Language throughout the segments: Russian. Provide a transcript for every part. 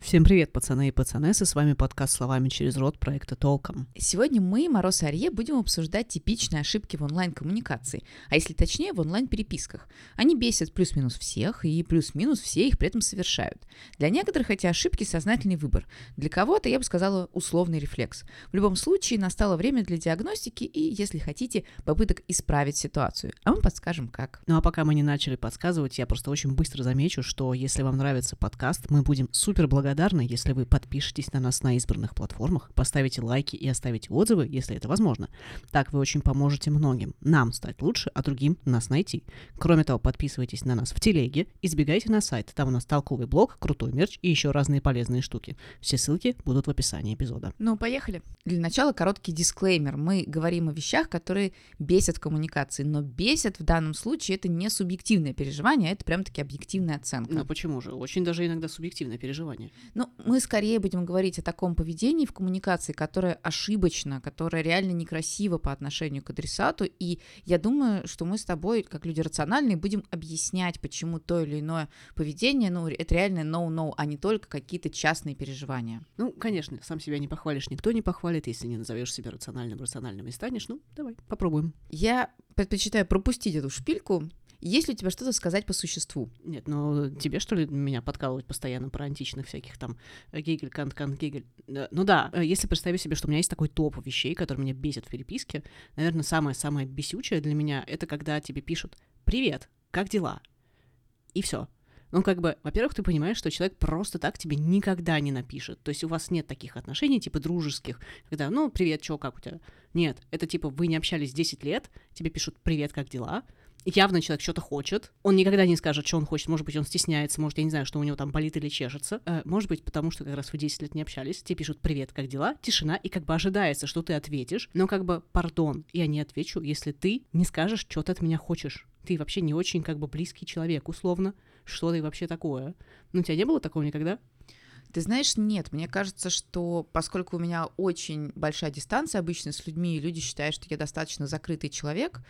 Всем привет, пацаны и пацанессы, с вами подкаст «Словами через рот» проекта Толком. Сегодня мы, Мороз и Арье, будем обсуждать типичные ошибки в онлайн-коммуникации, а если точнее, в онлайн-переписках. Они бесят плюс-минус всех, и плюс-минус все их при этом совершают. Для некоторых эти ошибки – сознательный выбор. Для кого-то, я бы сказала, условный рефлекс. В любом случае, настало время для диагностики и, если хотите, попыток исправить ситуацию. А мы подскажем, как. Ну а пока мы не начали подсказывать, я просто очень быстро замечу, что если вам нравится подкаст, мы будем супер благодарны, если вы подпишетесь на нас на избранных платформах, поставите лайки и оставите отзывы, если это возможно. Так вы очень поможете многим нам стать лучше, а другим нас найти. Кроме того, подписывайтесь на нас в телеге и сбегайте на сайт. Там у нас толковый блог, крутой мерч и еще разные полезные штуки. Все ссылки будут в описании эпизода. Ну, поехали. Для начала короткий дисклеймер. Мы говорим о вещах, которые бесят в коммуникации, но бесят в данном случае это не субъективное переживание, а это прям-таки объективная оценка. Ну почему же? Очень даже иногда субъективное переживание. Ну, мы скорее будем говорить о таком поведении в коммуникации, которое ошибочно, которое реально некрасиво по отношению к адресату, и я думаю, что мы с тобой, как люди рациональные, будем объяснять, почему то или иное поведение, ну, это реально no-no, а не только какие-то частные переживания. Ну, конечно, сам себя не похвалишь, никто не похвалит, если не назовешь себя рациональным и станешь, ну, давай, попробуем. Я предпочитаю пропустить эту шпильку. Есть ли у тебя что-то сказать по существу? Нет, ну тебе, что ли, меня подкалывать постоянно про античных всяких там Гегель, Кант, Гегель? Ну да, если представить себе, что у меня есть такой топ вещей, которые меня бесят в переписке, наверное, самое-самое бесючее для меня, это когда тебе пишут «Привет, как дела?» И все. Ну, как бы, во-первых, ты понимаешь, что человек просто так тебе никогда не напишет. То есть у вас нет таких отношений, типа, дружеских, когда, ну, привет, чё, как у тебя? Нет, это типа, вы не общались 10 лет, тебе пишут «Привет, как дела?» Явно человек что-то хочет. Он никогда не скажет, что он хочет. Может быть, он стесняется, может, я не знаю, что у него там болит или чешется. Может быть, потому что как раз вы 10 лет не общались. Тебе пишут «Привет, как дела?» Тишина, и как бы ожидается, что ты ответишь. Но как бы, пардон, я не отвечу, если ты не скажешь, что ты от меня хочешь. Ты вообще не очень как бы близкий человек, условно. Что ты вообще такое? Ну, у тебя не было такого никогда? Ты знаешь, нет, мне кажется, что поскольку у меня очень большая дистанция обычно с людьми, и люди считают, что я достаточно закрытый человек,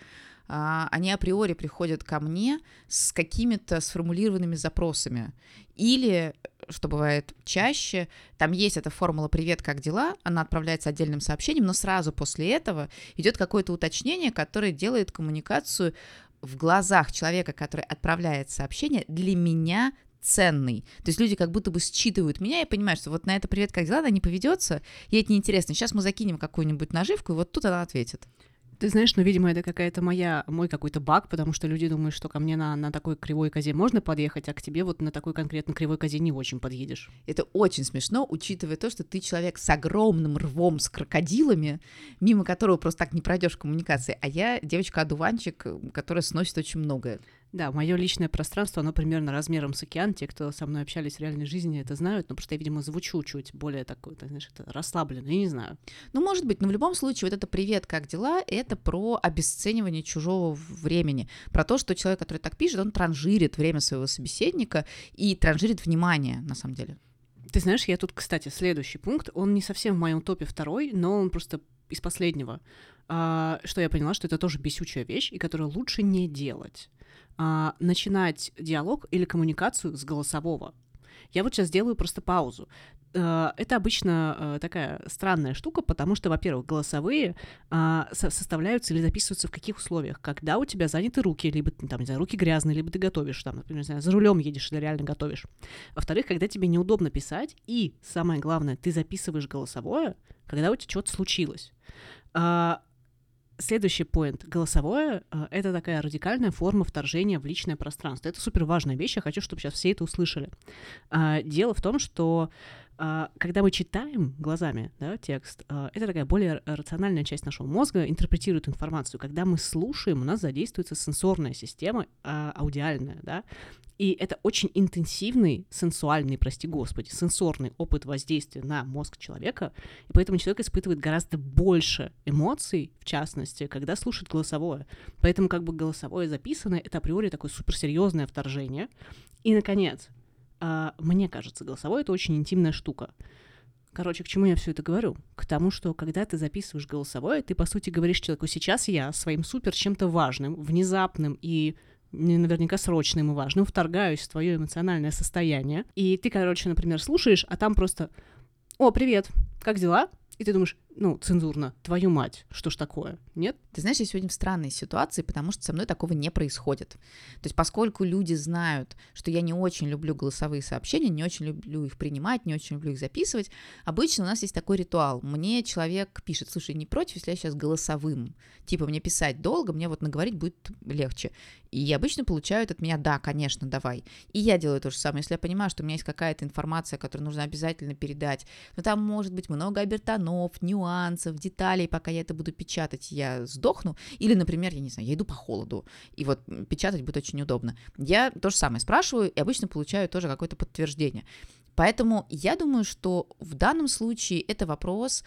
они априори приходят ко мне с какими-то сформулированными запросами. Или, что бывает чаще, там есть эта формула «Привет, как дела?», она отправляется отдельным сообщением, но сразу после этого идет какое-то уточнение, которое делает коммуникацию в глазах человека, который отправляет сообщение, для меня ценный. То есть люди как будто бы считывают меня и понимают, что вот на это «Привет, как дела?» она не поведется, ей это неинтересно. Сейчас мы закинем какую-нибудь наживку, и вот тут она ответит. Ты знаешь, ну, видимо, это какая-то мой какой-то баг, потому что люди думают, что ко мне на такой кривой козе можно подъехать, а к тебе вот на такой конкретно кривой козе не очень подъедешь. Это очень смешно, учитывая то, что ты человек с огромным рвом, с крокодилами, мимо которого просто так не пройдешь в коммуникации, а я девочка-одуванчик, которая сносит очень многое. Да, мое личное пространство, оно примерно размером с океан. Те, кто со мной общались в реальной жизни, это знают, но просто я, видимо, звучу чуть более такой, ты знаешь, это расслабленно, я не знаю. Ну, может быть, но в любом случае вот это «Привет, как дела?» это про обесценивание чужого времени, про то, что человек, который так пишет, он транжирит время своего собеседника и транжирит внимание, на самом деле. Ты знаешь, я тут, кстати, следующий пункт, он не совсем в моем топе второй, но он просто из последнего, что я поняла, что это тоже бесючая вещь, и которую лучше не делать. Начинать диалог или коммуникацию с голосового. Я вот сейчас делаю просто паузу. Это обычно такая странная штука, потому что, во-первых, голосовые составляются или записываются в каких условиях? Когда у тебя заняты руки, либо там, не знаю, руки грязные, либо ты готовишь, там, например, не знаю, за рулем едешь или реально готовишь. Во-вторых, когда тебе неудобно писать, и, самое главное, ты записываешь голосовое, когда у тебя что-то случилось. Следующий поинт. Голосовое — это такая радикальная форма вторжения в личное пространство. Это супер важная вещь, я хочу, чтобы сейчас все это услышали. Дело в том, что когда мы читаем глазами, да, текст, это такая более рациональная часть нашего мозга интерпретирует информацию. Когда мы слушаем, у нас задействуется сенсорная система аудиальная, да, и это очень интенсивный, сенсуальный, прости господи, сенсорный опыт воздействия на мозг человека, и поэтому человек испытывает гораздо больше эмоций, в частности, когда слушает голосовое. Поэтому как бы голосовое записанное — это априори такое суперсерьезное вторжение. И, наконец, мне кажется, голосовое — это очень интимная штука. Короче, к чему я все это говорю? К тому, что когда ты записываешь голосовое, ты, по сути, говоришь человеку: сейчас я своим супер чем-то важным, внезапным и наверняка срочным и важным, вторгаюсь в твое эмоциональное состояние, и ты, например, слушаешь, а там просто «О, привет, как дела?» И ты думаешь, цензурно, твою мать, что ж такое, нет? Ты знаешь, я сегодня в странной ситуации, потому что со мной такого не происходит. То есть поскольку люди знают, что я не очень люблю голосовые сообщения, не очень люблю их принимать, не очень люблю их записывать, обычно у нас есть такой ритуал. Мне человек пишет: слушай, не против, если я сейчас голосовым? Типа мне писать долго, мне вот наговорить будет легче. И я обычно получают от меня: да, конечно, давай. И я делаю то же самое. Если я понимаю, что у меня есть какая-то информация, которую нужно обязательно передать, но там может быть много обертонов, нюансов, деталей, пока я это буду печатать, я сдохну. Или, например, я не знаю, я иду по холоду, и вот печатать будет очень удобно. Я то же самое спрашиваю, и обычно получаю тоже какое-то подтверждение. Поэтому я думаю, что в данном случае это вопрос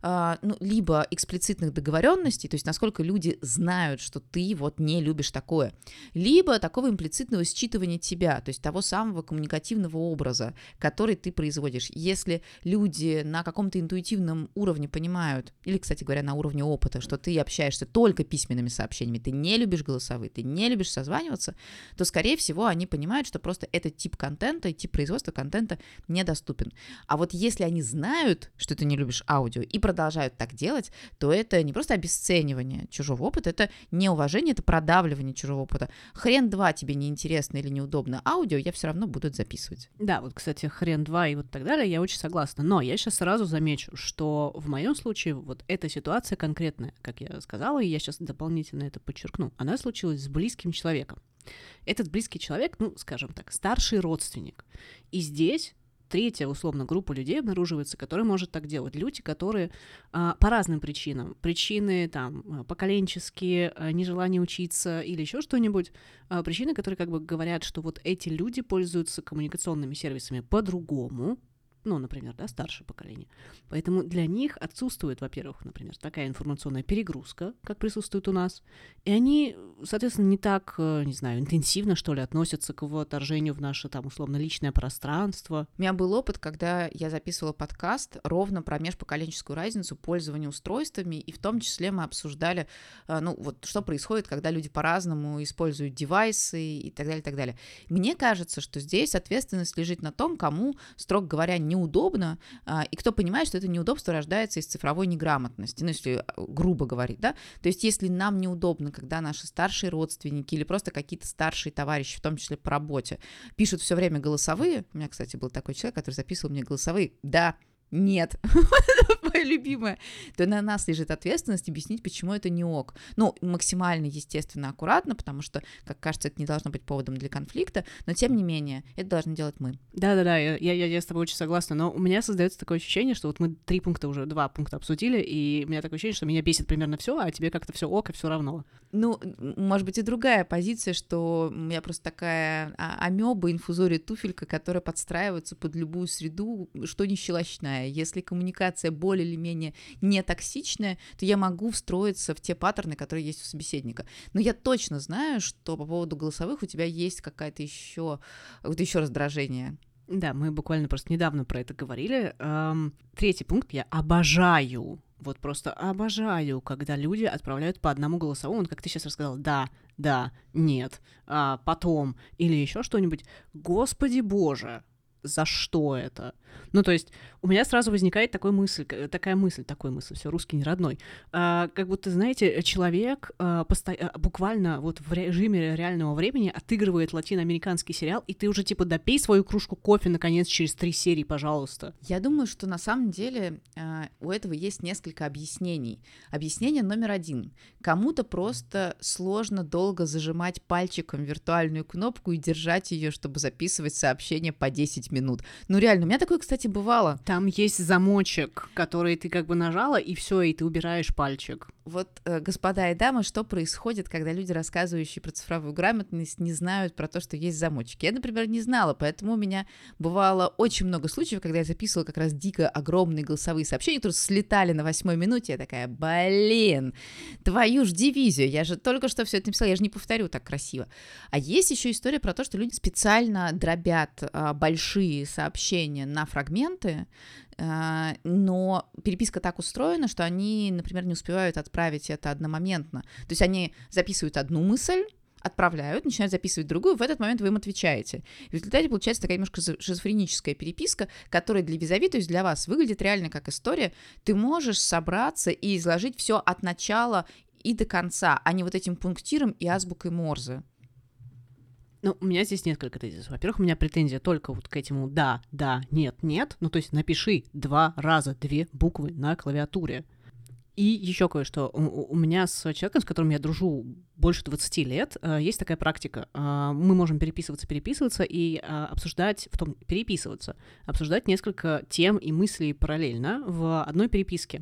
либо эксплицитных договоренностей, то есть насколько люди знают, что ты вот не любишь такое, либо такого имплицитного считывания тебя, то есть того самого коммуникативного образа, который ты производишь. Если люди на каком-то интуитивном уровне понимают, или, кстати говоря, на уровне опыта, что ты общаешься только письменными сообщениями, ты не любишь голосовые, ты не любишь созваниваться, то, скорее всего, они понимают, что просто этот тип контента, тип производства контента недоступен. А вот если они знают, что ты не любишь аудио, и продолжают так делать, то это не просто обесценивание чужого опыта, это неуважение, это продавливание чужого опыта. Хрен два тебе неинтересно или неудобно аудио, я все равно буду это записывать. Да, вот, кстати, хрен два и вот так далее, я очень согласна. Но я сейчас сразу замечу, что в моем случае вот эта ситуация конкретная, как я сказала, и я сейчас дополнительно это подчеркну, она случилась с близким человеком. Этот близкий человек, скажем так, старший родственник. И здесь третья, условно, группа людей обнаруживается, которая может так делать. Люди, которые по разным причинам, причины там поколенческие, нежелание учиться или еще что-нибудь, причины, которые как бы говорят, что вот эти люди пользуются коммуникационными сервисами по-другому, например, старшее поколение. Поэтому для них отсутствует, во-первых, например, такая информационная перегрузка, как присутствует у нас, и они, соответственно, не так, не знаю, интенсивно, что ли, относятся к вторжению в наше, там, условно, личное пространство. У меня был опыт, когда я записывала подкаст ровно про межпоколенческую разницу пользования устройствами, и в том числе мы обсуждали, что происходит, когда люди по-разному используют девайсы и так далее, и так далее. Мне кажется, что здесь ответственность лежит на том, кому, строго говоря, неудобно, и кто понимает, что это неудобство рождается из цифровой неграмотности, если грубо говорить, да, то есть если нам неудобно, когда наши старшие родственники или просто какие-то старшие товарищи, в том числе по работе, пишут все время голосовые, у меня, кстати, был такой человек, который записывал мне голосовые, да, нет, моя любимая, то на нас лежит ответственность объяснить, почему это не ок. Максимально, естественно, аккуратно, потому что, как кажется, это не должно быть поводом для конфликта, но, тем не менее, это должны делать мы. Да, я с тобой очень согласна, но у меня создается такое ощущение, что вот мы 2 пункта обсудили, и у меня такое ощущение, что меня бесит примерно все, а тебе как-то все ок и все равно. Может быть, и другая позиция, что у меня просто такая амеба, инфузория, туфелька, которая подстраивается под любую среду, что не щелочная. Если коммуникация более или менее не токсичная, то я могу встроиться в те паттерны, которые есть у собеседника. Но я точно знаю, что по поводу голосовых у тебя есть какая-то еще раздражение. Да, мы буквально просто недавно про это говорили. 3 пункт. Я обожаю, просто обожаю, когда люди отправляют по одному голосовому, как ты сейчас рассказала, да, нет, потом или еще что-нибудь. Господи боже, за что это? То есть у меня сразу возникает такая мысль, все, русский не родной. Как будто, знаете, человек буквально вот в режиме реального времени отыгрывает латиноамериканский сериал, и ты уже типа допей свою кружку кофе, наконец, через 3 серии, пожалуйста. Я думаю, что на самом деле у этого есть несколько объяснений. Объяснение номер 1. Кому-то просто сложно долго зажимать пальчиком виртуальную кнопку и держать ее, чтобы записывать сообщение по 10 минут. Реально, у меня такое, кстати, бывало. Там есть замочек, который ты как бы нажала, и все, и ты убираешь пальчик. Вот, господа и дамы, что происходит, когда люди, рассказывающие про цифровую грамотность, не знают про то, что есть замочки? Я, например, не знала, поэтому у меня бывало очень много случаев, когда я записывала как раз дико огромные голосовые сообщения, которые слетали на 8-й минуте. Я такая: блин, твою ж дивизию, я же только что все это написала, я же не повторю так красиво. А есть еще история про то, что люди специально дробят большие сообщения на фрагменты, но переписка так устроена, что они, например, не успевают отправить это одномоментно. То есть они записывают одну мысль, отправляют, начинают записывать другую, в этот момент вы им отвечаете. В результате получается такая немножко шизофреническая переписка, которая для визави, то есть для вас, выглядит реально как история. Ты можешь собраться и изложить все от начала и до конца, а не вот этим пунктиром и азбукой Морзе. Ну, у меня здесь несколько тезисов. Во-первых, у меня претензия только вот к этому да, нет, нет. Ну, то есть напиши 2 раза 2 буквы на клавиатуре. И еще кое-что. У меня с человеком, с которым я дружу больше 20 лет, есть такая практика. Мы можем переписываться и обсуждать несколько тем и мыслей параллельно в одной переписке.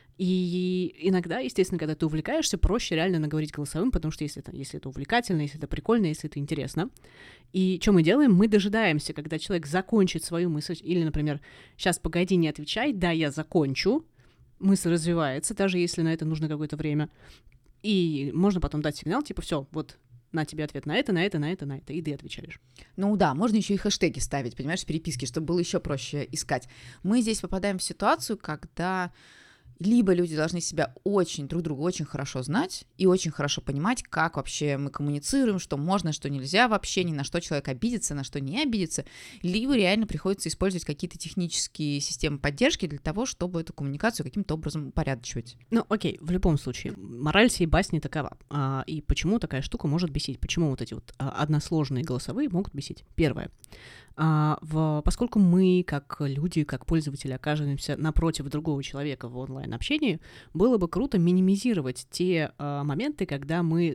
И иногда, естественно, когда ты увлекаешься, проще реально наговорить голосовым, потому что если это увлекательно, если это прикольно, если это интересно. И что мы делаем? Мы дожидаемся, когда человек закончит свою мысль, или, например, сейчас, погоди, не отвечай, да, я закончу, мысль развивается, даже если на это нужно какое-то время. И можно потом дать сигнал, типа, все, вот на тебе ответ на это, и ты отвечаешь. Ну да, можно еще и хэштеги ставить, понимаешь, в переписке, чтобы было еще проще искать. Мы здесь попадаем в ситуацию, когда либо люди должны себя друг друга очень хорошо знать и очень хорошо понимать, как вообще мы коммуницируем, что можно, что нельзя вообще, ни на что человек обидится, на что не обидится, либо реально приходится использовать какие-то технические системы поддержки для того, чтобы эту коммуникацию каким-то образом упорядочивать. Ну, окей, в любом случае, мораль сей басни такова. И почему такая штука может бесить? Почему вот эти вот односложные голосовые могут бесить? Первое. Поскольку мы, как люди, как пользователи, оказываемся напротив другого человека в онлайн-общении, было бы круто минимизировать те моменты, когда мы,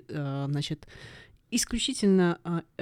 исключительно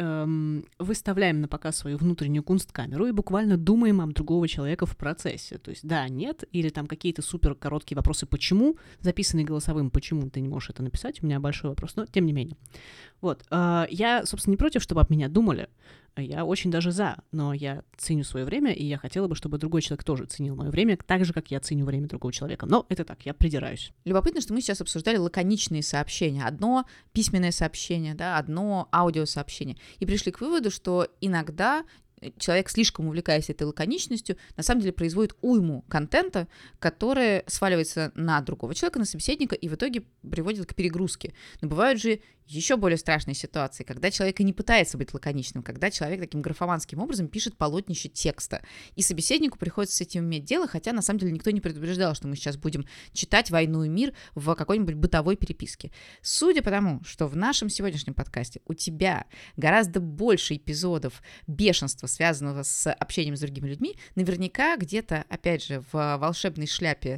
выставляем на показ свою внутреннюю кунсткамеру и буквально думаем об другого человека в процессе. То есть да, нет, или там какие-то супер короткие вопросы «почему?», записанные голосовым «почему ты не можешь это написать?», у меня большой вопрос, но тем не менее. Вот, я, собственно, не против, чтобы об меня думали, я очень даже за, но я ценю свое время, и я хотела бы, чтобы другой человек тоже ценил мое время, так же, как я ценю время другого человека. Но это так, я придираюсь. Любопытно, что мы сейчас обсуждали лаконичные сообщения. Одно письменное сообщение, да, одно аудиосообщение. И пришли к выводу, что иногда человек, слишком увлекаясь этой лаконичностью, на самом деле производит уйму контента, который сваливается на другого человека, на собеседника, и в итоге приводит к перегрузке. Но бывают же еще более страшные ситуации, когда человек и не пытается быть лаконичным, когда человек таким графоманским образом пишет полотнище текста, и собеседнику приходится с этим иметь дело, хотя на самом деле никто не предупреждал, что мы сейчас будем читать «Войну и мир» в какой-нибудь бытовой переписке. Судя по тому, что в нашем сегодняшнем подкасте у тебя гораздо больше эпизодов бешенства, связанного с общением с другими людьми, наверняка где-то, опять же, в волшебной шляпе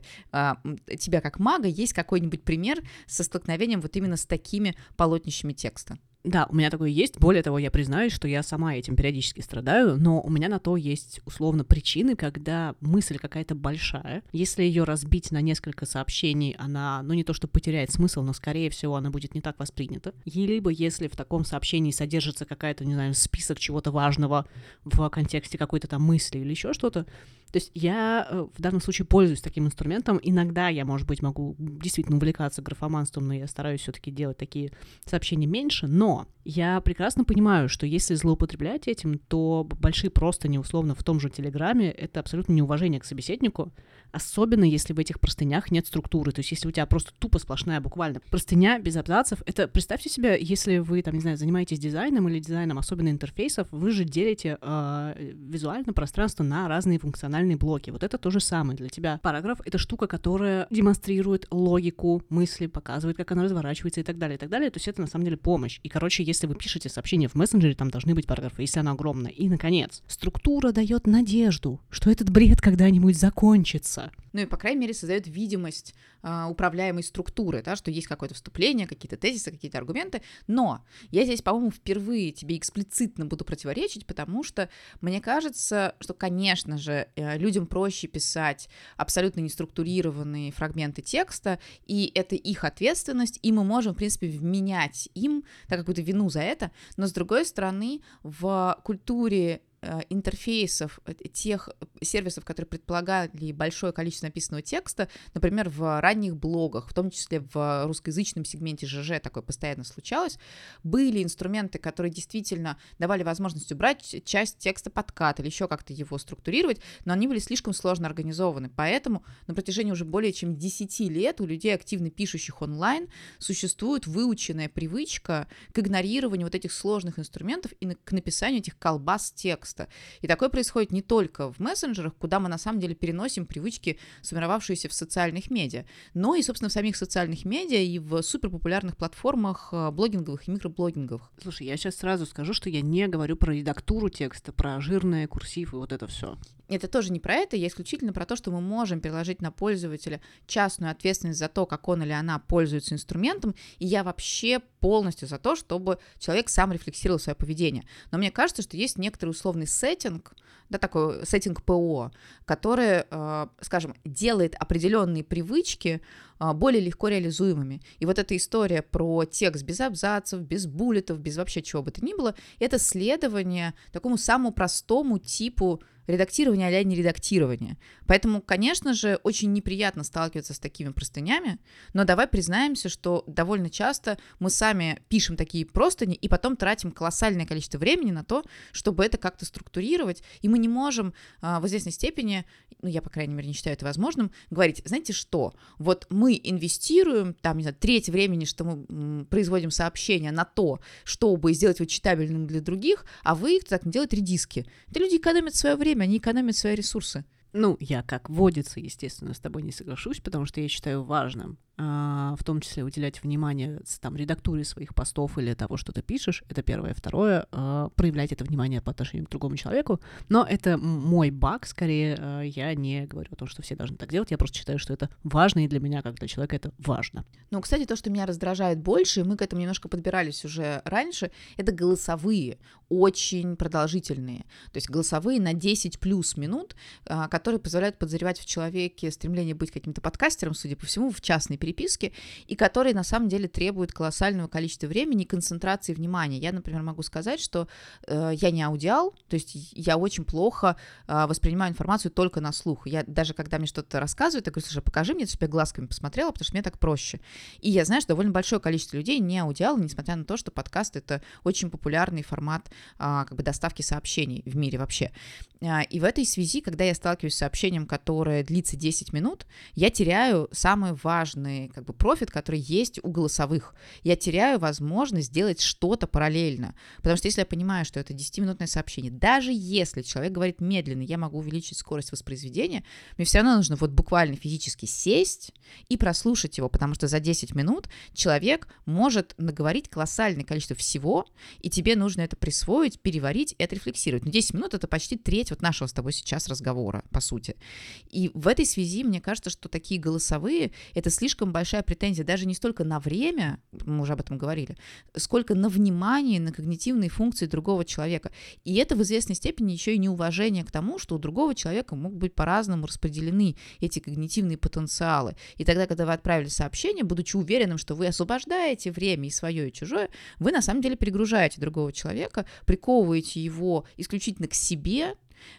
тебя как мага есть какой-нибудь пример со столкновением вот именно с такими полотнищами текста. Да, у меня такое есть. Более того, я признаюсь, что я сама этим периодически страдаю, но у меня на то есть, условно, причины, когда мысль какая-то большая. Если ее разбить на несколько сообщений, она, не то что потеряет смысл, но, скорее всего, она будет не так воспринята. И либо если в таком сообщении содержится какая-то, не знаю, список чего-то важного в контексте какой-то там мысли или еще что-то, то есть я в данном случае пользуюсь таким инструментом. Иногда я, может быть, могу действительно увлекаться графоманством, но я стараюсь все-таки делать такие сообщения меньше. Но я прекрасно понимаю, что если злоупотреблять этим, то большие простыни, условно, в том же Телеграме, это абсолютно неуважение к собеседнику, особенно если в этих простынях нет структуры. То есть если у тебя просто тупо сплошная буквально простыня без абзацев, это, представьте себе, если вы, там, не знаю, занимаетесь дизайном или дизайном особенно интерфейсов, вы же делите визуально пространство на разные функциональные блоки. Вот это то же самое для тебя. Параграф — это штука, которая демонстрирует логику мысли, показывает, как она разворачивается и так далее, и так далее. То есть это на самом деле помощь. И, короче, если вы пишете сообщение в мессенджере, там должны быть параграфы, если оно огромное. И, наконец, структура дает надежду, что этот бред когда-нибудь закончится. Ну и, по крайней мере, создает видимость управляемой структуры, да, что есть какое-то вступление, какие-то тезисы, какие-то аргументы. Но я здесь, по-моему, впервые тебе эксплицитно буду противоречить, потому что мне кажется, что, конечно же, людям проще писать абсолютно неструктурированные фрагменты текста, и это их ответственность, и мы можем, в принципе, вменять им какую-то вину за это. Но, с другой стороны, в культуре интерфейсов тех сервисов, которые предполагали большое количество написанного текста, например, в ранних блогах, в том числе в русскоязычном сегменте ЖЖ такое постоянно случалось, были инструменты, которые действительно давали возможность убрать часть текста подкат или еще как-то его структурировать, но они были слишком сложно организованы. Поэтому на протяжении уже более чем 10 лет у людей, активно пишущих онлайн, существует выученная привычка к игнорированию вот этих сложных инструментов и к написанию этих колбас текста. И такое происходит не только в мессенджерах, куда мы на самом деле переносим привычки, сформировавшиеся в социальных медиа, но и, собственно, в самих социальных медиа и в суперпопулярных платформах блогинговых и микроблогинговых. Слушай, я сейчас сразу скажу, что я не говорю про редактуру текста, про жирные курсив и вот это все. Это тоже не про это, я исключительно про то, что мы можем переложить на пользователя частную ответственность за то, как он или она пользуется инструментом, и я вообще полностью за то, чтобы человек сам рефлексировал свое поведение. Но мне кажется, что есть некоторый условный сеттинг, да, такой сеттинг ПО, который, скажем, делает определенные привычки более легко реализуемыми. И вот эта история про текст без абзацев, без буллетов, без вообще чего бы то ни было, это следование такому самому простому типу редактирования а-ля нередактирования. Поэтому, конечно же, очень неприятно сталкиваться с такими простынями, но давай признаемся, что довольно часто мы сами пишем такие простыни и потом тратим колоссальное количество времени на то, чтобы это как-то структурировать, и мы не можем в известной степени, ну, я, по крайней мере, не считаю это возможным, говорить, знаете что, вот мы инвестируем, там, не знаю, треть времени, что мы производим сообщения на то, чтобы сделать его читабельным для других, а вы, кто так не делает, редиски. Это люди экономят свое время, они экономят свои ресурсы. Ну, я, как водится, естественно, с тобой не соглашусь, потому что я считаю важным, в том числе уделять внимание там, редактуре своих постов или того, что ты пишешь, это первое. Второе, проявлять это внимание по отношению к другому человеку, но это мой баг, скорее, я не говорю о том, что все должны так делать, я просто считаю, что это важно, и для меня, как для человека, это важно. Ну, кстати, то, что меня раздражает больше, и мы к этому немножко подбирались уже раньше, это голосовые, очень продолжительные, то есть голосовые на 10 плюс минут, которые позволяют подозревать в человеке стремление быть каким-то подкастером, судя по всему, в частной переписке, и которые на самом деле требуют колоссального количества времени и концентрации внимания. Я, например, могу сказать, что я не аудиал, то есть я очень плохо воспринимаю информацию только на слух. Я даже, когда мне что-то рассказывают, я говорю, слушай, покажи мне, чтобы я глазками посмотрела, потому что мне так проще. И я знаю, что довольно большое количество людей не аудиал, несмотря на то, что подкаст — это очень популярный формат как бы доставки сообщений в мире вообще. И в этой связи, когда я сталкиваюсь с сообщением, которое длится 10 минут, я теряю самый важный как бы профит, который есть у голосовых. Я теряю возможность сделать что-то параллельно. Потому что если я понимаю, что это 10-минутное сообщение, даже если человек говорит медленно, я могу увеличить скорость воспроизведения, мне все равно нужно вот буквально физически сесть и прослушать его, потому что за 10 минут человек может наговорить колоссальное количество всего, и тебе нужно это присвоить, переварить и отрефлексировать. Но 10 минут — это почти треть вот нашего с тобой сейчас разговора, по сути. И в этой связи мне кажется, что такие голосовые — это слишком большая претензия даже не столько на время, мы уже об этом говорили, сколько на внимание, на когнитивные функции другого человека. И это в известной степени еще и неуважение к тому, что у другого человека могут быть по-разному распределены эти когнитивные потенциалы. И тогда, когда вы отправили сообщение, будучи уверенным, что вы освобождаете время и свое, и чужое, вы на самом деле перегружаете другого человека, приковываете его исключительно к себе,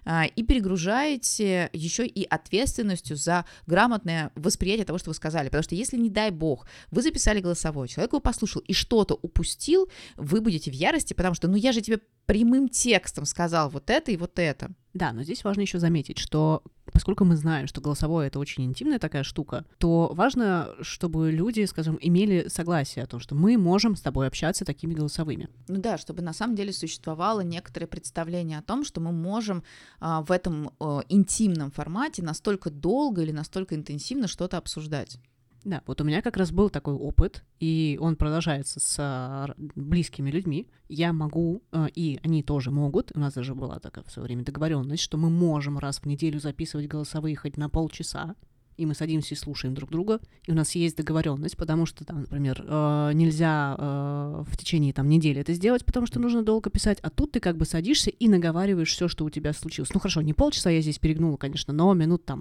и перегружаете еще и ответственностью за грамотное восприятие того, что вы сказали. Потому что если, не дай бог, вы записали голосовой, человек его послушал и что-то упустил, вы будете в ярости, потому что, ну я же тебе прямым текстом сказал вот это и вот это. Да, но здесь важно еще заметить, что поскольку мы знаем, что голосовое — это очень интимная такая штука, то важно, чтобы люди, скажем, имели согласие о том, что мы можем с тобой общаться такими голосовыми. Ну да, чтобы на самом деле существовало некоторое представление о том, что мы можем в этом интимном формате настолько долго или настолько интенсивно что-то обсуждать. Да, вот у меня как раз был такой опыт, и он продолжается с близкими людьми. Я могу, и они тоже могут, у нас даже была такая в свое время договоренность, что мы можем раз в неделю записывать голосовые хоть на полчаса, и мы садимся и слушаем друг друга, и у нас есть договоренность, потому что, там, например, нельзя в течение там, недели это сделать, потому что нужно долго писать, а тут ты как бы садишься и наговариваешь все, что у тебя случилось. Ну хорошо, не полчаса я здесь перегнула, конечно, но минут там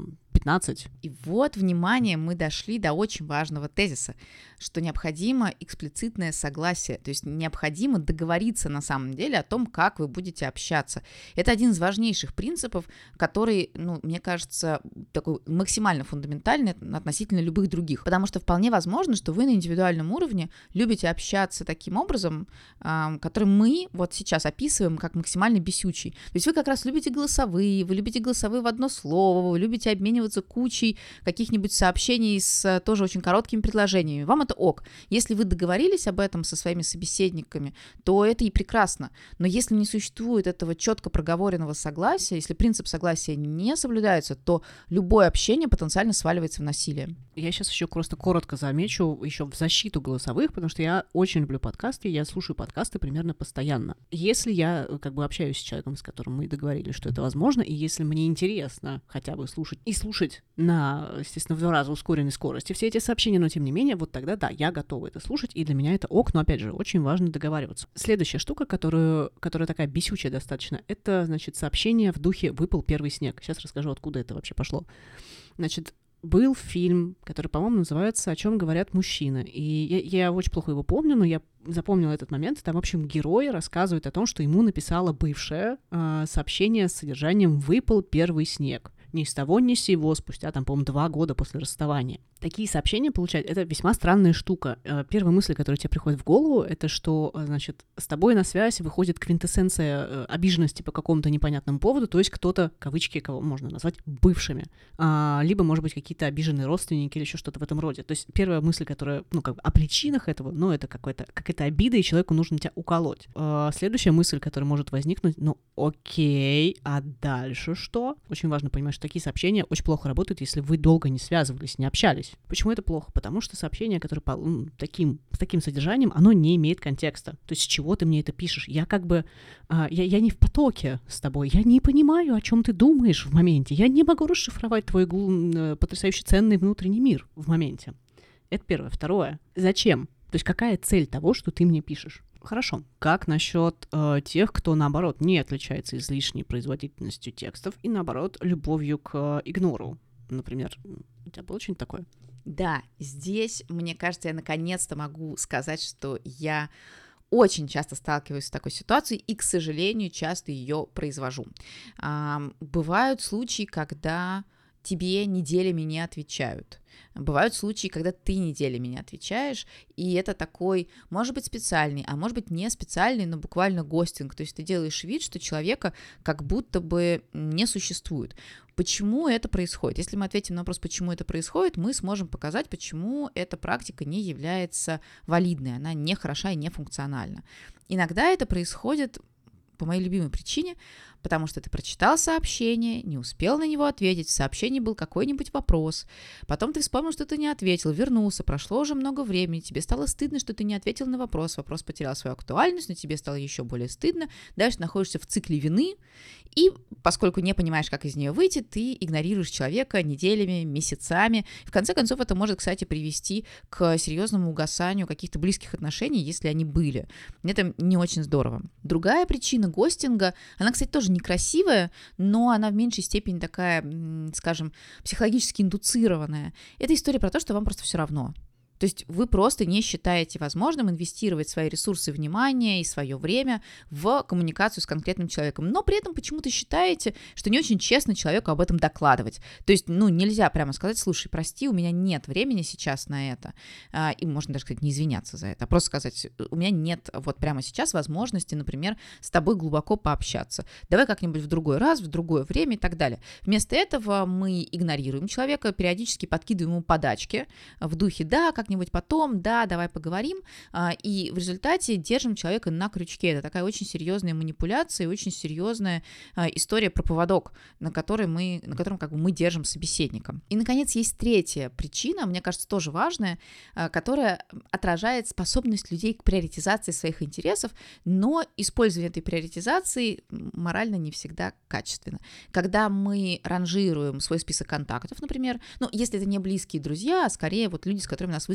15. И вот, внимание, мы дошли до очень важного тезиса, что необходимо эксплицитное согласие, то есть необходимо договориться на самом деле о том, как вы будете общаться. Это один из важнейших принципов, который, мне кажется, такой максимально фундаментальный относительно любых других, потому что вполне возможно, что вы на индивидуальном уровне любите общаться таким образом, который мы вот сейчас описываем как максимально бесючий. То есть вы как раз любите голосовые в одно слово, вы любите обмениваться кучей каких-нибудь сообщений с тоже очень короткими предложениями. Вам это ок. Если вы договорились об этом со своими собеседниками, то это и прекрасно. Но если не существует этого четко проговоренного согласия, если принцип согласия не соблюдается, то любое общение потенциально сваливается в насилие. Я сейчас еще просто коротко замечу еще в защиту голосовых, потому что я очень люблю подкасты, я слушаю подкасты примерно постоянно. Если я общаюсь с человеком, с которым мы договорились, что это возможно, и если мне интересно хотя бы слушать на, естественно, в 2 раза ускоренной скорости все эти сообщения, но тем не менее, вот тогда да, я готова это слушать, и для меня это ок, но опять же, очень важно договариваться. Следующая штука, которая такая бесючая достаточно, это, значит, сообщение в духе «выпал первый снег». Сейчас расскажу, откуда это вообще пошло. Значит, был фильм, который, по-моему, называется «О чем говорят мужчины». И я очень плохо его помню, но я запомнила этот момент. Там, в общем, герой рассказывает о том, что ему написала бывшая сообщение с содержанием «выпал первый снег». Ни с того, ни с сего, спустя, по-моему, 2 года после расставания. Такие сообщения получать — это весьма странная штука. Первая мысль, которая тебе приходит в голову, это что, значит, с тобой на связь выходит квинтэссенция обиженности по какому-то непонятному поводу, то есть кто-то, кавычки, кого можно назвать бывшими, либо, может быть, какие-то обиженные родственники или еще что-то в этом роде. То есть первая мысль, которая, о причинах этого, это какая-то обида, и человеку нужно тебя уколоть. Следующая мысль, которая может возникнуть, окей, а дальше что? Очень важно понимать, что такие сообщения очень плохо работают, если вы долго не связывались, не общались. Почему это плохо? Потому что сообщение, которое с таким содержанием, оно не имеет контекста. То есть с чего ты мне это пишешь? Я я не в потоке с тобой, я не понимаю, о чем ты думаешь в моменте, я не могу расшифровать твой потрясающе ценный внутренний мир в моменте. Это первое. Второе. Зачем? То есть какая цель того, что ты мне пишешь? Хорошо. Как насчет тех, кто, наоборот, не отличается излишней производительностью текстов и, наоборот, любовью к игнору? Например, у тебя было что-нибудь такое? Да, здесь, мне кажется, я наконец-то могу сказать, что я очень часто сталкиваюсь с такой ситуацией и, к сожалению, часто ее произвожу. Бывают случаи, когда тебе неделями не отвечают. Бывают случаи, когда ты неделями не отвечаешь, и это такой, может быть, специальный, а может быть, не специальный, но буквально гостинг. То есть ты делаешь вид, что человека как будто бы не существует. Почему это происходит? Если мы ответим на вопрос, почему это происходит, мы сможем показать, почему эта практика не является валидной, она не хороша и не функциональна. Иногда это происходит по моей любимой причине, потому что ты прочитал сообщение, не успел на него ответить, в сообщении был какой-нибудь вопрос, потом ты вспомнил, что ты не ответил, вернулся, прошло уже много времени, тебе стало стыдно, что ты не ответил на вопрос потерял свою актуальность, но тебе стало еще более стыдно, дальше находишься в цикле вины, и поскольку не понимаешь, как из нее выйти, ты игнорируешь человека неделями, месяцами. В конце концов, это может, кстати, привести к серьезному угасанию каких-то близких отношений, если они были. Это не очень здорово. Другая причина гостинга, она, кстати, тоже некрасивая, но она в меньшей степени такая, скажем, психологически индуцированная. Это история про то, что вам просто все равно. То есть вы просто не считаете возможным инвестировать свои ресурсы, внимание и свое время в коммуникацию с конкретным человеком, но при этом почему-то считаете, что не очень честно человеку об этом докладывать. То есть, нельзя прямо сказать: слушай, прости, у меня нет времени сейчас на это, и можно даже, кстати, не извиняться за это, а просто сказать: у меня нет вот прямо сейчас возможности, например, с тобой глубоко пообщаться. Давай как-нибудь в другой раз, в другое время и так далее. Вместо этого мы игнорируем человека, периодически подкидываем ему подачки в духе: да, как-нибудь потом, да, давай поговорим, и в результате держим человека на крючке. Это такая очень серьезная манипуляция и очень серьезная история про поводок, на котором мы держим собеседника. И, наконец, есть третья причина, мне кажется, тоже важная, которая отражает способность людей к приоритизации своих интересов, но использование этой приоритизации морально не всегда качественно. Когда мы ранжируем свой список контактов, например, если это не близкие друзья, а скорее вот люди, с которыми нас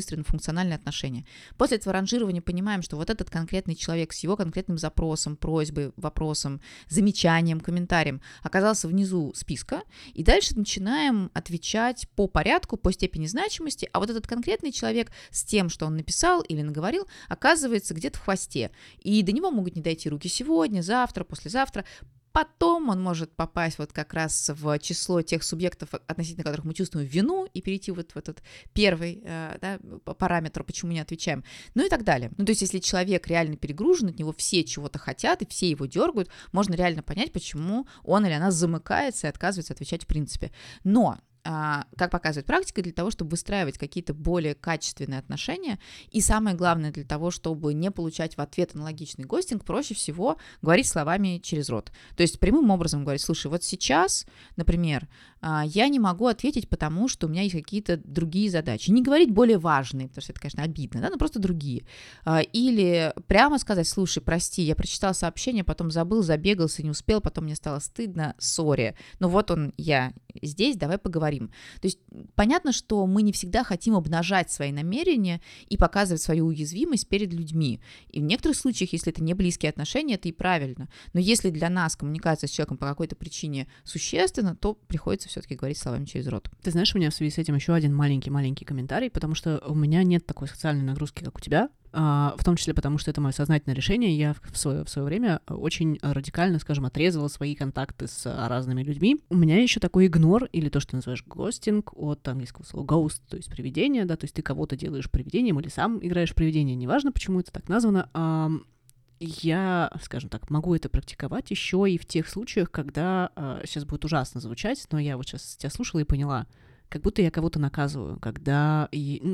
выстроены функциональные отношения. После этого ранжирования понимаем, что вот этот конкретный человек с его конкретным запросом, просьбой, вопросом, замечанием, комментарием оказался внизу списка, и дальше начинаем отвечать по порядку, по степени значимости, а вот этот конкретный человек с тем, что он написал или наговорил, оказывается где-то в хвосте, и до него могут не дойти руки сегодня, завтра, послезавтра. Потом он может попасть вот как раз в число тех субъектов, относительно которых мы чувствуем вину, и перейти вот в этот первый параметр, почему не отвечаем, ну и так далее. Ну, то есть, если человек реально перегружен, от него все чего-то хотят, и все его дергают, можно реально понять, почему он или она замыкается и отказывается отвечать в принципе. Но как показывает практика, для того, чтобы выстраивать какие-то более качественные отношения, и самое главное, для того, чтобы не получать в ответ аналогичный гостинг, проще всего говорить словами через рот. То есть прямым образом говорить: слушай, вот сейчас, например, я не могу ответить, потому что у меня есть какие-то другие задачи. Не говорить более важные, потому что это, конечно, обидно, да, но просто другие. Или прямо сказать: слушай, прости, я прочитал сообщение, потом забыл, забегался, не успел, потом мне стало стыдно, сори. Ну вот я здесь, давай поговорим. То есть понятно, что мы не всегда хотим обнажать свои намерения и показывать свою уязвимость перед людьми. И в некоторых случаях, если это не близкие отношения, это и правильно. Но если для нас коммуникация с человеком по какой-то причине существенна, то приходится все-таки говорить словами через рот. Ты знаешь, у меня в связи с этим еще один маленький комментарий, потому что у меня нет такой социальной нагрузки, как у тебя. В том числе потому, что это мое сознательное решение. Я в свое время очень радикально, скажем, отрезала свои контакты с разными людьми. У меня еще такой игнор, или то, что ты называешь гостинг, от английского слова ghost, то есть привидение, да, то есть ты кого-то делаешь привидением или сам играешь привидение, неважно, почему это так названо. Я, скажем так, могу это практиковать еще и в тех случаях, когда, сейчас будет ужасно звучать, но я вот сейчас тебя слушала и поняла, как будто я кого-то наказываю, когда,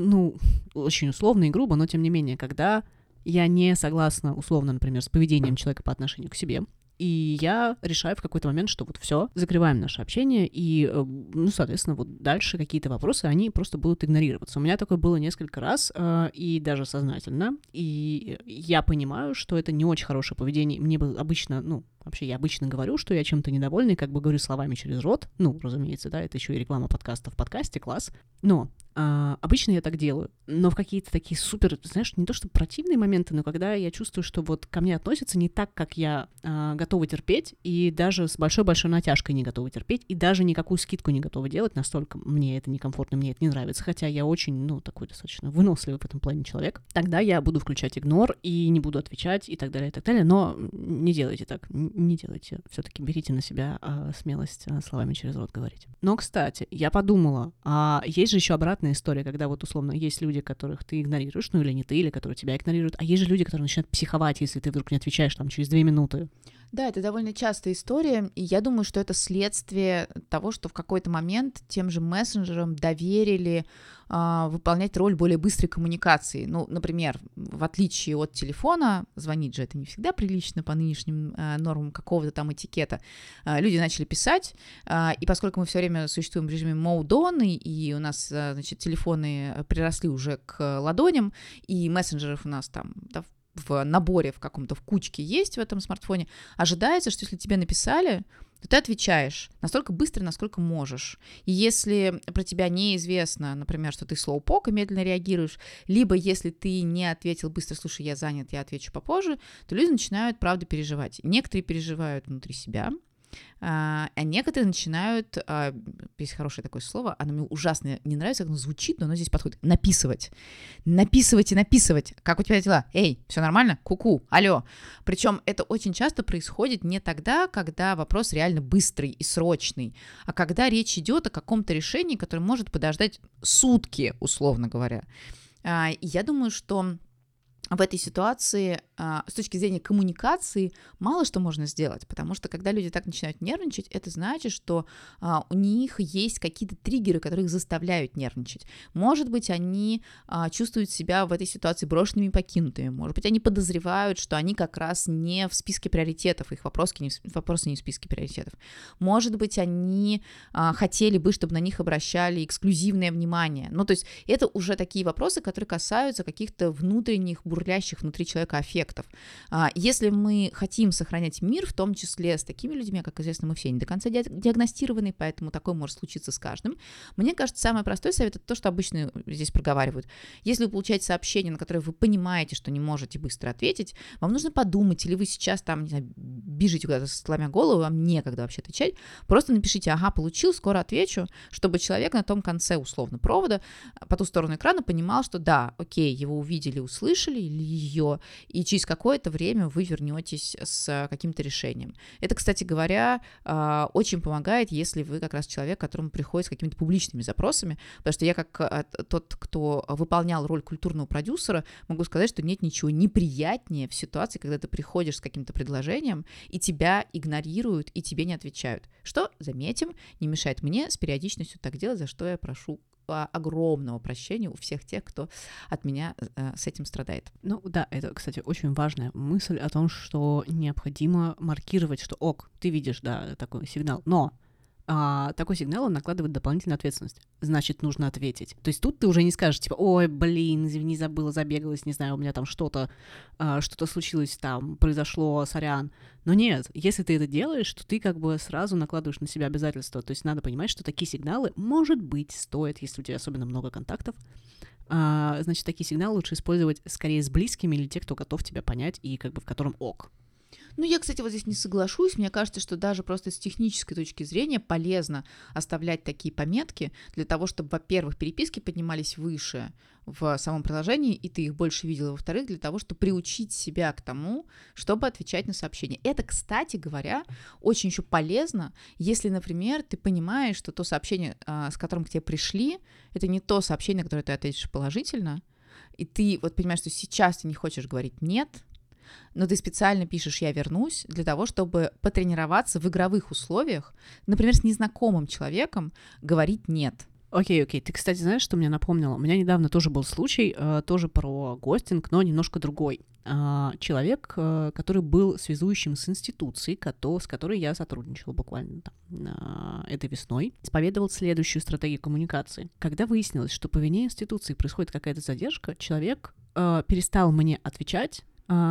очень условно и грубо, но тем не менее, когда я не согласна, условно, например, с поведением человека по отношению к себе, и я решаю в какой-то момент, что вот все, закрываем наше общение, и, соответственно, вот дальше какие-то вопросы, они просто будут игнорироваться. У меня такое было несколько раз, и даже сознательно, и я понимаю, что это не очень хорошее поведение. Мне бы обычно, вообще я обычно говорю, что я чем-то недовольна, и как бы говорю словами через рот, разумеется, да, это еще и реклама подкаста в подкасте, класс, но обычно я так делаю, но в какие-то такие супер, знаешь, не то что противные моменты, но когда я чувствую, что вот ко мне относятся не так, как я готова терпеть, и даже с большой-большой натяжкой не готова терпеть, и даже никакую скидку не готова делать, настолько мне это некомфортно, мне это не нравится, хотя я очень, такой достаточно выносливый в этом плане человек, тогда я буду включать игнор и не буду отвечать и так далее, но не делайте так, не делайте, все-таки берите на себя смелость словами через рот говорить. Но, кстати, я подумала, есть же еще обратная история, когда вот условно есть люди, которых ты игнорируешь, или не ты, или которые тебя игнорируют, а есть же люди, которые начинают психовать, если ты вдруг не отвечаешь там через 2 минуты. Да, это довольно частая история, и я думаю, что это следствие того, что в какой-то момент тем же мессенджерам доверили выполнять роль более быстрой коммуникации. Например, в отличие от телефона, звонить же это не всегда прилично по нынешним нормам какого-то там этикета, люди начали писать, и поскольку мы все время существуем в режиме mode on, и у нас, телефоны приросли уже к ладоням, и мессенджеров у нас там, да, в наборе, в каком-то, в кучке есть в этом смартфоне, ожидается, что если тебе написали, то ты отвечаешь настолько быстро, насколько можешь. И если про тебя неизвестно, например, что ты слоупок и медленно реагируешь, либо если ты не ответил быстро, слушай, я занят, я отвечу попозже, то люди начинают, правда, переживать. Некоторые переживают внутри себя, а некоторые начинают, есть хорошее такое слово, оно мне ужасно не нравится, как оно звучит, но оно здесь подходит, написывать и написывать, как у тебя дела, эй, все нормально, ку-ку, алло, причем это очень часто происходит не тогда, когда вопрос реально быстрый и срочный, а когда речь идет о каком-то решении, которое может подождать сутки, условно говоря, и я думаю, что в этой ситуации с точки зрения коммуникации мало что можно сделать, потому что когда люди так начинают нервничать, это значит, что у них есть какие-то триггеры, которые их заставляют нервничать. Может быть, они чувствуют себя в этой ситуации брошенными и покинутыми, может быть, они подозревают, что они как раз не в списке приоритетов, их вопросы не в списке приоритетов. Может быть, они хотели бы, чтобы на них обращали эксклюзивное внимание. То есть это уже такие вопросы, которые касаются каких-то внутренних бурлений бурлящих внутри человека аффектов. Если мы хотим сохранять мир, в том числе с такими людьми, как известно, мы все не до конца диагностированы, поэтому такое может случиться с каждым. Мне кажется, самый простой совет — это то, что обычно здесь проговаривают. Если вы получаете сообщение, на которое вы понимаете, что не можете быстро ответить, вам нужно подумать, или вы сейчас там, не знаю, бежите куда-то, сломя голову, вам некогда вообще отвечать, просто напишите: ага, получил, скоро отвечу, чтобы человек на том конце, условно, провода, по ту сторону экрана понимал, что да, окей, его увидели, услышали, или ее, и через какое-то время вы вернетесь с каким-то решением. Это, кстати говоря, очень помогает, если вы как раз человек, которому приходит с какими-то публичными запросами, потому что я, как тот, кто выполнял роль культурного продюсера, могу сказать, что нет ничего неприятнее в ситуации, когда ты приходишь с каким-то предложением, и тебя игнорируют, и тебе не отвечают. Что, заметим, не мешает мне с периодичностью так делать, за что я прошу огромного прощения у всех тех, кто от меня с этим страдает. Ну да, это, кстати, очень важная мысль о том, что необходимо маркировать, что ок, ты видишь, да, такой сигнал, но такой сигнал, он накладывает дополнительную ответственность. Значит, нужно ответить. То есть тут ты уже не скажешь, типа, ой, блин, извини, забыла, забегалась, не знаю, у меня там что-то случилось, там, произошло, сорян. Но нет, если ты это делаешь, то ты как бы сразу накладываешь на себя обязательства. То есть надо понимать, что такие сигналы, может быть, стоят, если у тебя особенно много контактов, значит, такие сигналы лучше использовать скорее с близкими или те, кто готов тебя понять и как бы в котором ок. Ну, я, кстати, вот здесь не соглашусь. Мне кажется, что даже просто с технической точки зрения полезно оставлять такие пометки для того, чтобы, во-первых, переписки поднимались выше в самом приложении, и ты их больше видела, во-вторых, для того, чтобы приучить себя к тому, чтобы отвечать на сообщения. Это, кстати говоря, очень еще полезно, если, например, ты понимаешь, что то сообщение, с которым к тебе пришли, это не то сообщение, на которое ты ответишь положительно, и ты вот понимаешь, что сейчас ты не хочешь говорить «нет», но ты специально пишешь «я вернусь» для того, чтобы потренироваться в игровых условиях, например, с незнакомым человеком говорить «нет». Окей. Ты, кстати, знаешь, что мне напомнило? У меня недавно тоже был случай, тоже про гостинг, но немножко другой. Человек, который был связующим с институцией, с которой я сотрудничала буквально этой весной, исповедовал следующую стратегию коммуникации. Когда выяснилось, что по вине институции происходит какая-то задержка, человек перестал мне отвечать,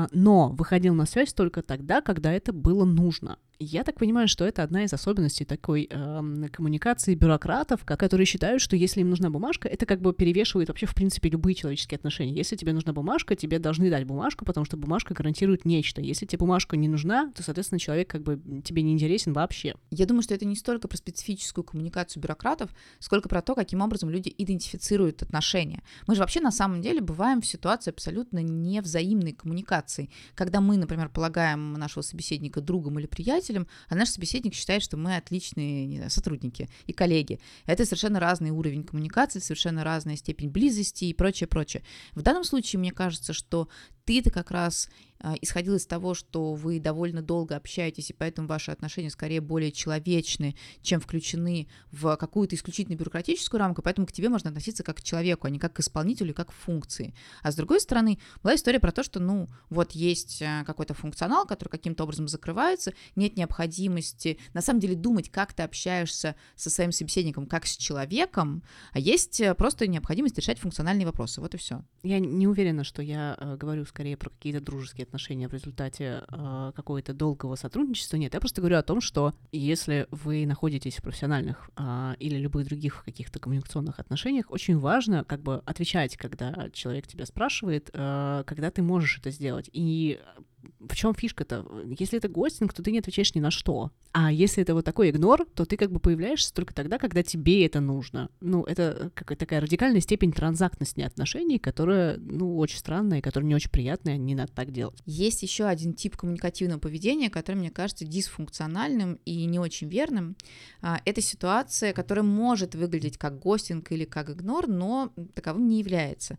но выходил на связь только тогда, когда это было нужно. Я так понимаю, что это одна из особенностей такой коммуникации бюрократов, которые считают, что если им нужна бумажка, это как бы перевешивает вообще, в принципе, любые человеческие отношения. Если тебе нужна бумажка, тебе должны дать бумажку, потому что бумажка гарантирует нечто. Если тебе бумажка не нужна, то, соответственно, человек как бы тебе не интересен вообще. Я думаю, что это не столько про специфическую коммуникацию бюрократов, сколько про то, каким образом люди идентифицируют отношения. Мы же вообще на самом деле бываем в ситуации абсолютно невзаимной коммуникации. Когда мы, например, полагаем нашего собеседника другом или приятелем, а наш собеседник считает, что мы отличные, не знаю, сотрудники и коллеги. Это совершенно разный уровень коммуникации, совершенно разная степень близости и прочее. В данном случае, мне кажется, что ты-то как раз исходил из того, что вы довольно долго общаетесь, и поэтому ваши отношения скорее более человечны, чем включены в какую-то исключительно бюрократическую рамку, поэтому к тебе можно относиться как к человеку, а не как к исполнителю, как к функции. А с другой стороны, была история про то, что, вот есть какой-то функционал, который каким-то образом закрывается, нет необходимости, на самом деле, думать, как ты общаешься со своим собеседником, как с человеком, а есть просто необходимость решать функциональные вопросы. Вот и все. Я не уверена, что я говорю скорее про какие-то дружеские отношения в результате какого-то долгого сотрудничества. Нет, я просто говорю о том, что если вы находитесь в профессиональных или любых других каких-то коммуникационных отношениях, очень важно как бы отвечать, когда человек тебя спрашивает, когда ты можешь это сделать. И в чем фишка-то? Если это гостинг, то ты не отвечаешь ни на что. А если это вот такой игнор, то ты как бы появляешься только тогда, когда тебе это нужно. Это какая-то такая радикальная степень транзактности отношений, которая, очень странная, и которая не очень приятная, не надо так делать. Есть еще один тип коммуникативного поведения, который, мне кажется, дисфункциональным и не очень верным. Это ситуация, которая может выглядеть как гостинг или как игнор, но таковым не является.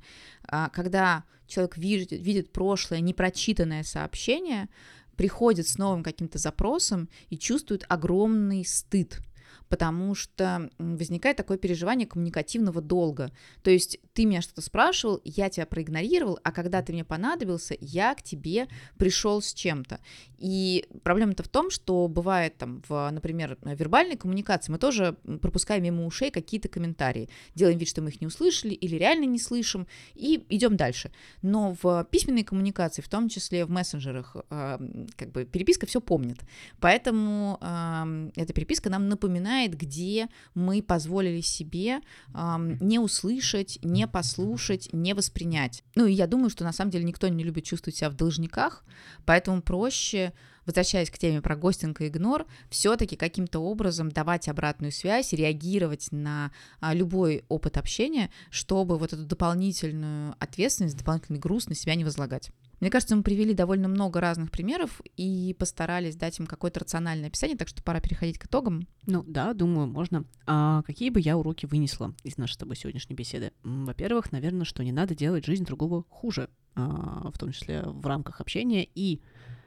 Когда человек видит прошлое, непрочитанное сообщение, приходит с новым каким-то запросом и чувствует огромный стыд. потому что возникает такое переживание коммуникативного долга. То есть ты меня что-то спрашивал, я тебя проигнорировал, а когда ты мне понадобился, я к тебе пришел с чем-то. И проблема-то в том, что бывает там, например, вербальной коммуникации мы тоже пропускаем мимо ушей какие-то комментарии, делаем вид, что мы их не услышали или реально не слышим, и идем дальше. Но в письменной коммуникации, в том числе в мессенджерах, как бы переписка все помнит. Поэтому эта переписка нам напоминает, где мы позволили себе не услышать, не послушать, не воспринять. Ну и я думаю, что на самом деле никто не любит чувствовать себя в должниках, поэтому проще, возвращаясь к теме про гостинг и игнор, все-таки каким-то образом давать обратную связь, реагировать на любой опыт общения, чтобы вот эту дополнительную ответственность, дополнительный груз на себя не возлагать. Мне кажется, мы привели довольно много разных примеров и постарались дать им какое-то рациональное описание, так что пора переходить к итогам. Ну да, думаю, можно. Какие бы я уроки вынесла из нашей с тобой сегодняшней беседы? Во-первых, наверное, что не надо делать жизнь другого хуже, в том числе в рамках общения и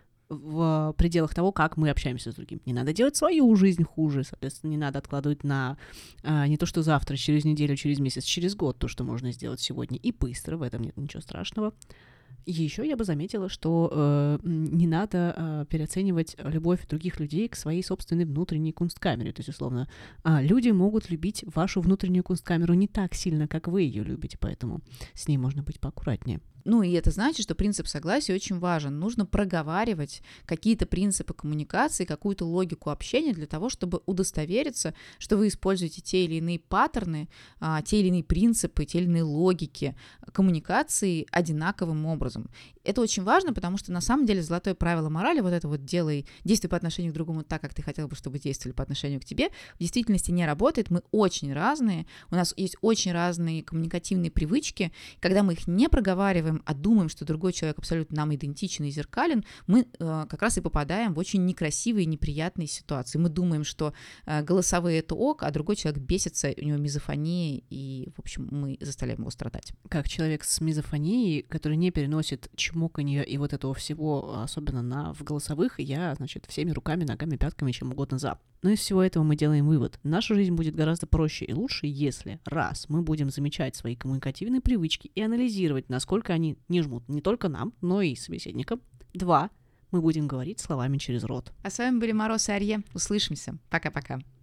в пределах того, как мы общаемся с другим. Не надо делать свою жизнь хуже, соответственно, не надо откладывать на не то, что завтра, через неделю, через месяц, через год то, что можно сделать сегодня и быстро, в этом нет ничего страшного. И еще я бы заметила, что не надо переоценивать любовь других людей к своей собственной внутренней кунсткамере. То есть, условно, люди могут любить вашу внутреннюю кунсткамеру не так сильно, как вы ее любите, поэтому с ней можно быть поаккуратнее. Ну, и это значит, что принцип согласия очень важен. Нужно проговаривать какие-то принципы коммуникации, какую-то логику общения для того, чтобы удостовериться, что вы используете те или иные паттерны, те или иные принципы, те или иные логики коммуникации одинаковым образом. Это очень важно, потому что на самом деле золотое правило морали, вот это вот действуй по отношению к другому так, как ты хотел бы, чтобы действовали по отношению к тебе, в действительности не работает. Мы очень разные, у нас есть очень разные коммуникативные привычки. Когда мы их не проговариваем, а думаем, что другой человек абсолютно нам идентичен и зеркален, мы как раз и попадаем в очень некрасивые, неприятные ситуации. Мы думаем, что голосовые — это ок, а другой человек бесится, у него мизофония, и, в общем, мы заставляем его страдать. Как человек с мизофонией, который не переносит чмоканье и вот этого всего, особенно в голосовых, я, значит, всеми руками, ногами, пятками, чем угодно за. Но из всего этого мы делаем вывод. Наша жизнь будет гораздо проще и лучше, если, раз, мы будем замечать свои коммуникативные привычки и анализировать, насколько они не жмут не только нам, но и собеседникам. 2, мы будем говорить словами через рот. А с вами были Мороз и Арье. Услышимся. Пока-пока.